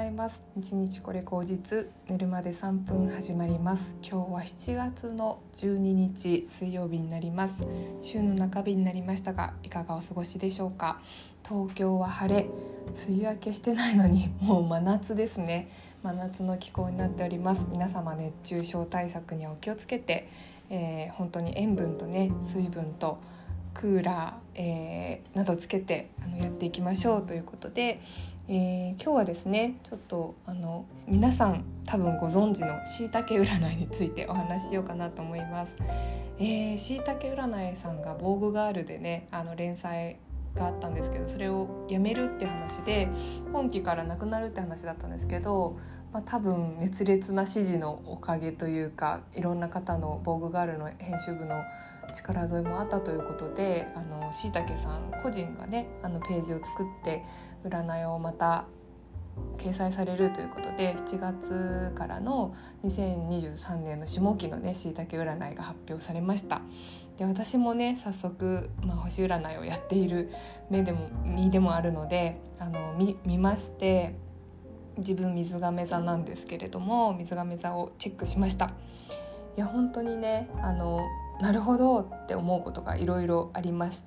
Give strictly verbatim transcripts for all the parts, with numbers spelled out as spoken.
います。日日これ口実、寝るまでさんぷん始まります。今日はしちがつのじゅうににち水曜日になります。週の中日になりましたが、いかがお過ごしでしょうか。東京は晴れ、梅雨明けしてないのにもう真夏ですね。真夏の気候になっております。皆様熱中症対策にはお気をつけて、えー、本当に塩分とね水分とクーラー、えー、などつけてあのやっていきましょうということで、えー、今日はですねちょっとあの皆さん多分ご存知のしいたけ占いについてお話ししようかなと思います。しいたけ占いさんがボーグガールでねあの連載があったんですけど、それをやめるって話で今期からなくなるって話だったんですけど、まあ、多分熱烈な支持のおかげというか、いろんな方のボーグガールの編集部の力添えもあったということで、あのしいたけさん個人がねあのページを作って占いをまた掲載されるということで、しちがつからのにせんにじゅうさんねんの下期のねしいたけ占いが発表されました。で私もね早速、まあ、星占いをやっている目でも身でもあるのであの 見, 見まして、自分水亀座なんですけれども水亀座をチェックしました。いや本当にねあのなるほどって思うことがいろいろありまして、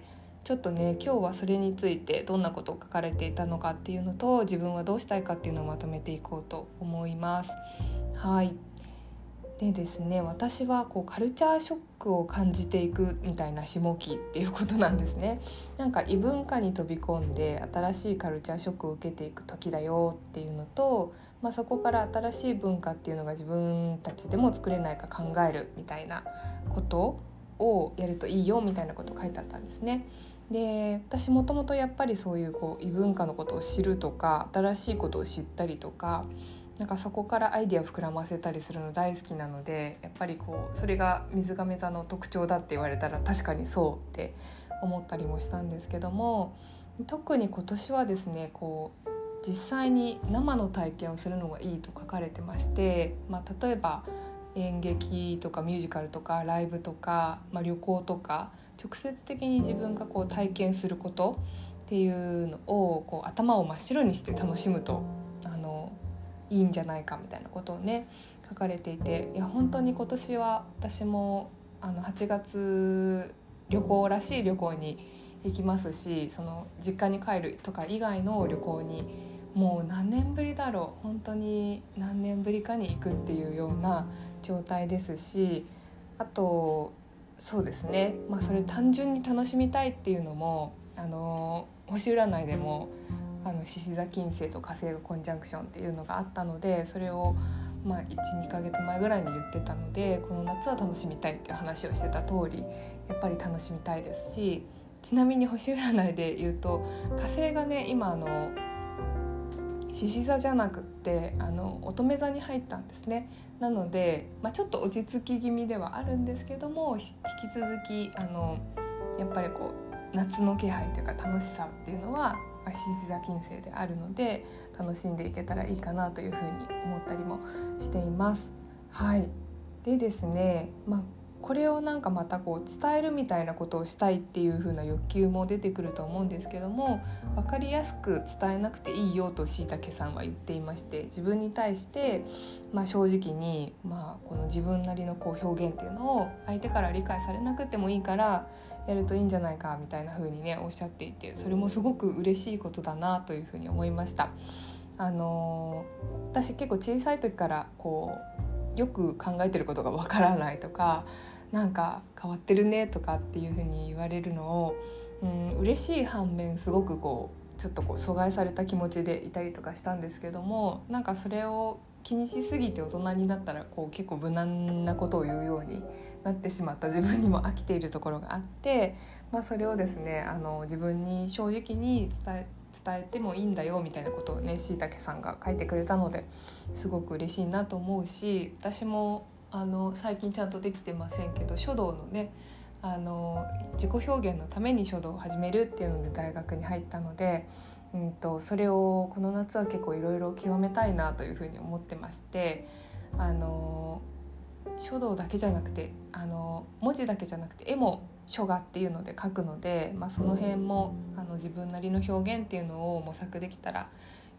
ちょっとね今日はそれについてどんなことを書かれていたのかっていうのと、自分はどうしたいかっていうのをまとめていこうと思います。はい。でですね、私はこうカルチャーショックを感じていくみたいな下期っていうことなんですね。なんか異文化に飛び込んで新しいカルチャーショックを受けていく時だよっていうのと、まあ、そこから新しい文化っていうのが自分たちでも作れないか考えるみたいなことをやるといいよみたいなこと書いてあったんですね。で私もともとやっぱりそういうこう異文化のことを知るとか新しいことを知ったりとか、なんかそこからアイデアを膨らませたりするの大好きなので、やっぱりこうそれが水亀座の特徴だって言われたら確かにそうって思ったりもしたんですけども、特に今年はですねこう実際に生の体験をするのがいいと書かれてまして、まあ、例えば演劇とかミュージカルとかライブとか、まあ、旅行とか直接的に自分がこう体験することっていうのをこう頭を真っ白にして楽しむとあのいいんじゃないかみたいなことをね書かれていて、いや本当に今年は私もあのはちがつ旅行らしい旅行に行きますし、その実家に帰るとか以外の旅行にもう何年ぶりだろう本当に何年ぶりかに行くっていうような状態ですし、あとそうですね、まあ、それ単純に楽しみたいっていうのもあの星占いでもあの獅子座金星と火星がコンジャンクションっていうのがあったので、それをまあいち、にかげつまえぐらいに言ってたので、この夏は楽しみたいっていう話をしてた通りやっぱり楽しみたいですし、ちなみに星占いで言うと火星がね今あの獅子座じゃなくってあの乙女座に入ったんですね。なので、まあ、ちょっと落ち着き気味ではあるんですけども、引き続きあのやっぱりこう夏の気配というか楽しさっていうのは獅子座金星であるので、楽しんでいけたらいいかなというふうに思ったりもしています。はい。でですね、まあこれをなんかまたこう伝えるみたいなことをしたいっていう風な欲求も出てくると思うんですけども、分かりやすく伝えなくていいよとしいたけさんは言っていまして、自分に対して、まあ、正直に、まあ、この自分なりのこう表現っていうのを相手から理解されなくてもいいからやるといいんじゃないかみたいな風にねおっしゃっていて、それもすごく嬉しいことだなという風に思いました。あのー、私結構小さい時からこうよく考えてることがわからないとか、なんか変わってるねとかっていう風に言われるのを、うん、嬉しい反面すごくこうちょっとこう阻害された気持ちでいたりとかしたんですけども、なんかそれを気にしすぎて大人になったらこう結構無難なことを言うようになってしまった自分にも飽きているところがあって、まあ、それをですねあの自分に正直に伝え伝えてもいいんだよみたいなことをねしいたけさんが書いてくれたので、すごく嬉しいなと思うし、私もあの最近ちゃんとできてませんけど書道のねあの自己表現のために書道を始めるっていうので大学に入ったので、うんとそれをこの夏は結構いろいろ極めたいなというふうに思ってまして、あの書道だけじゃなくてあの文字だけじゃなくて絵も書画っていうので書くので、まあ、その辺もあの自分なりの表現っていうのを模索できたら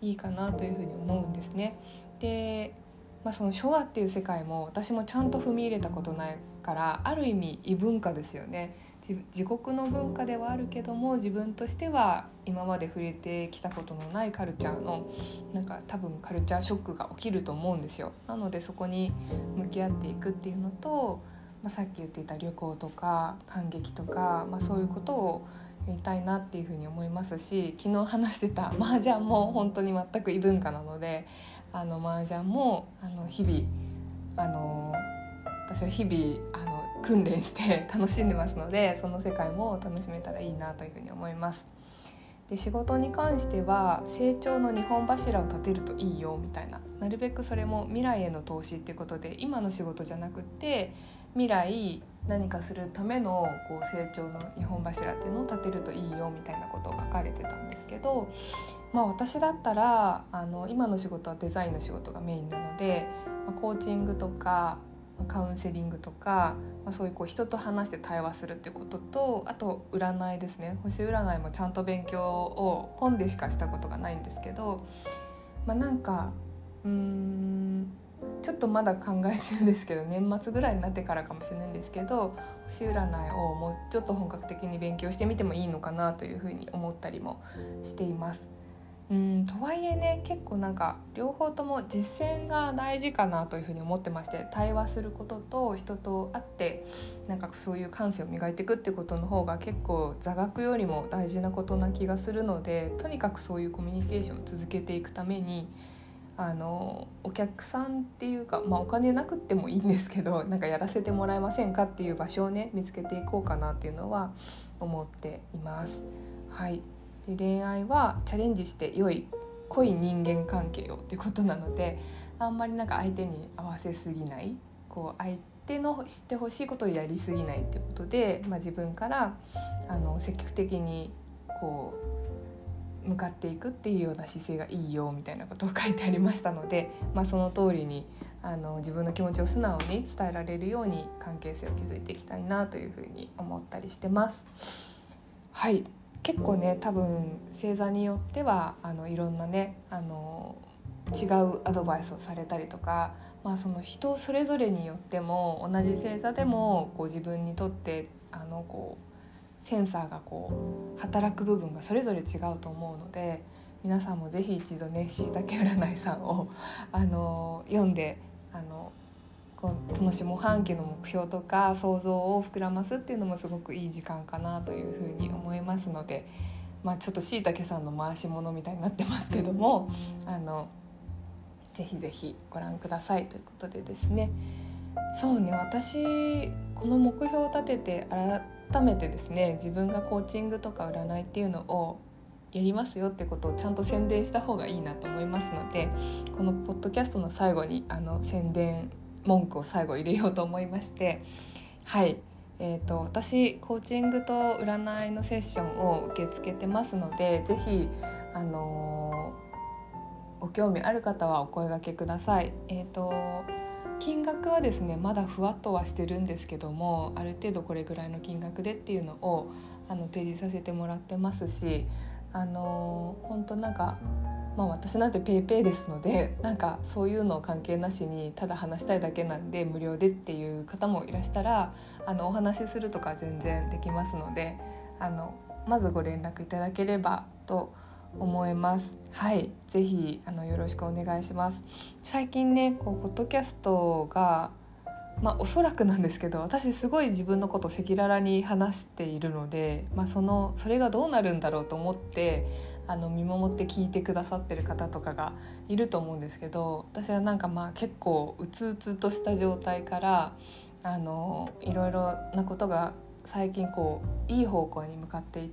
いいかなというふうに思うんですね。で、まあ、その書画っていう世界も私もちゃんと踏み入れたことないから、ある意味異文化ですよね。自, 自国の文化ではあるけども、自分としては今まで触れてきたことのないカルチャーのなんか多分カルチャーショックが起きると思うんですよ。なのでそこに向き合っていくっていうのと、まあ、さっき言っていた旅行とか感激とか、まあ、そういうことをやりたいなっていうふうに思いますし、昨日話してた麻雀も本当に全く異文化なので、あの麻雀もあの日々あの私は日々あの訓練して楽しんでますので、その世界も楽しめたらいいなというふうに思います。で、仕事に関しては成長のにほん柱を立てるといいよみたいな、なるべくそれも未来への投資っていうことで、今の仕事じゃなくて未来何かするためのこう成長のにほん柱っていうのを立てるといいよみたいなことを書かれてたんですけど、まあ、私だったらあの今の仕事はデザインの仕事がメインなので、まあ、コーチングとかカウンセリングとか、まあ、そういうこう人と話して対話するっていうことと、あと占いですね。星占いもちゃんと勉強を本でしかしたことがないんですけど、まあ、なんかうーんちょっとまだ考え中ですけど、年末ぐらいになってからかもしれないんですけど、星占いをもうちょっと本格的に勉強してみてもいいのかなというふうに思ったりもしています。うんとはいえね、結構なんか両方とも実践が大事かなというふうに思ってまして、対話することと人と会ってなんかそういう感性を磨いていくってことの方が結構座学よりも大事なことな気がするので、とにかくそういうコミュニケーションを続けていくためにあのお客さんっていうか、まあ、お金なくってもいいんですけど、なんかやらせてもらえませんかっていう場所をね見つけていこうかなっていうのは思っています。はい。で、恋愛はチャレンジして良い濃い人間関係をっていうことなので、あんまりなんか相手に合わせすぎない、こう相手の知ってほしいことをやりすぎないっていうことで、まあ、自分からあの積極的にこう向かっていくっていうような姿勢がいいよみたいなことを書いてありましたので、まあ、その通りにあの自分の気持ちを素直に伝えられるように関係性を築いていきたいなというふうに思ったりしてます。はい。結構ね、多分星座によってはあのいろんなねあの違うアドバイスをされたりとか、まあ、その人それぞれによっても同じ星座でもこう自分にとってあのこうセンサーがこう働く部分がそれぞれ違うと思うので、皆さんもぜひ一度ねしいたけ占いさんをあの読んであのこの下半期の目標とか想像を膨らますっていうのもすごくいい時間かなというふうに思いますので、まあ、ちょっとしいたけさんの回し物みたいになってますけども、あのぜひぜひご覧くださいということでですね。そうね、私この目標を立てて改めてですね、自分がコーチングとか占いっていうのをやりますよってことをちゃんと宣伝した方がいいなと思いますので、このポッドキャストの最後にあの宣伝文句を最後入れようと思いまして、はい、えーと、私コーチングと占いのセッションを受け付けてますので、ぜひ、あのー、ご興味ある方はお声掛けください。えーと、金額はですねまだふわっとはしてるんですけども、ある程度これぐらいの金額でっていうのをあの提示させてもらってますし、あのー、本当なんかまあ、私なんてペイペイですので、なんかそういうの関係なしにただ話したいだけなんで無料でっていう方もいらしたら、あのお話しするとか全然できますので、あのまずご連絡いただければと思います。はい、ぜひあのよろしくお願いします。最近ねこうポッドキャストがまあ、おそらくなんですけど、私すごい自分のことを赤裸々に話しているので、まあ、そのそれがどうなるんだろうと思ってあの見守って聞いてくださってる方とかがいると思うんですけど、私はなんかまあ結構うつうつとした状態からあのいろいろなことが最近こういい方向に向かっていって、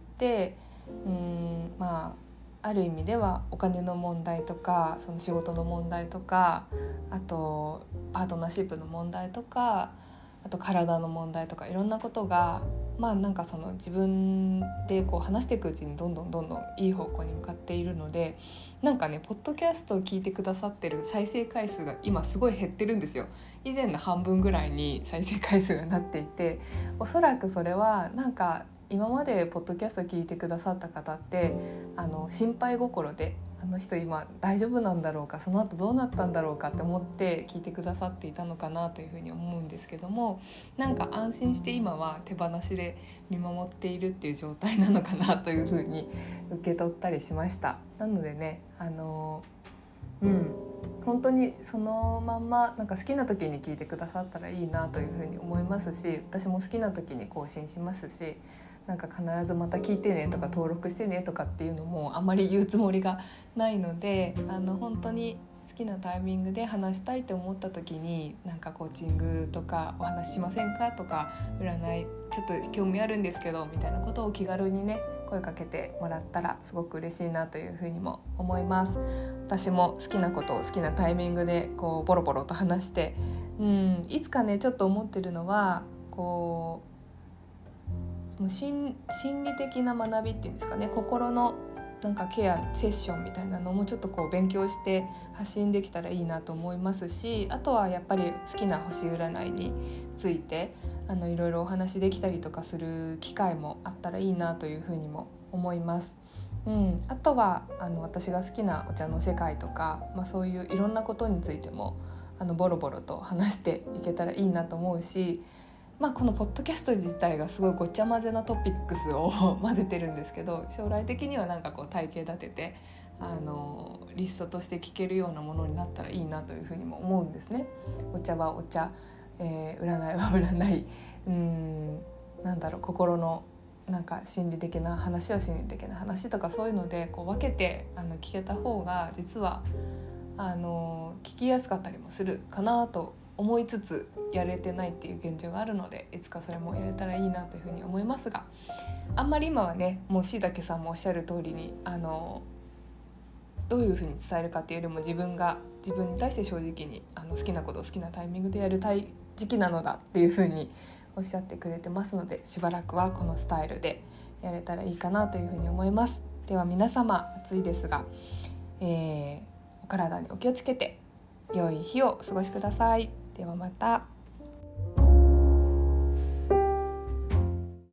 うーんまあある意味ではお金の問題とかその仕事の問題とか、あとパートナーシップの問題とか、あと体の問題とかいろんなことがまあなんかその自分でこう話していくうちにどんどんどんどんいい方向に向かっているので、なんかねポッドキャストを聞いてくださってる再生回数が今すごい減ってるんですよ。以前の半分ぐらいに再生回数がなっていて、おそらくそれはなんか今までポッドキャスト聞いてくださった方ってあの心配心であの人今大丈夫なんだろうか、その後どうなったんだろうかって思って聞いてくださっていたのかなというふうに思うんですけども、なんか安心して今は手放しで見守っているっていう状態なのかなというふうに受け取ったりしました。なのでね、あのうん本当にそのまんまなんか好きな時に聞いてくださったらいいなというふうに思いますし、私も好きな時に更新しますし、なんか必ずまた聞いてねとか登録してねとかっていうのもあまり言うつもりがないので、あの本当に好きなタイミングで話したいと思った時に、なんかコーチングとかお話ししませんかとか、占いちょっと興味あるんですけどみたいなことを気軽にね声かけてもらったらすごく嬉しいなというふうにも思います。私も好きなことを好きなタイミングでこうボロボロと話して、うん、いつかねちょっと思ってるのはこうその心理的な学びっていうんですかね、心のなんかケアセッションみたいなのもちょっとこう勉強して発信できたらいいなと思いますし、あとはやっぱり好きな星占いについてあのいろいろお話できたりとかする機会もあったらいいなというふうにも思います。うん、あとはあの私が好きなお茶の世界とか、まあ、そういういろんなことについてもあのボロボロと話していけたらいいなと思うし、まあ、このポッドキャスト自体がすごいごちゃ混ぜなトピックスを混ぜてるんですけど、将来的にはなんかこう体系立ててあのリストとして聞けるようなものになったらいいなというふうにも思うんですね。お茶はお茶、えー、占いは占い、うーんなんだろう心のなんか心理的な話は心理的な話とか、そういうのでこう分けてあの聞けた方が実はあの聞きやすかったりもするかなと思いつつ、やれてないっていう現状があるので、いつかそれもやれたらいいなというふうに思いますが、あんまり今はねもうしいたけさんもおっしゃる通りにあのどういうふうに伝えるかっていうよりも自分が自分に対して正直にあの好きなことを好きなタイミングでやるたい時期なのだっていうふうにおっしゃってくれてますので、しばらくはこのスタイルでやれたらいいかなというふうに思います。では皆様暑いですが、えー、お体にお気をつけて良い日をお過ごしください。ではまた。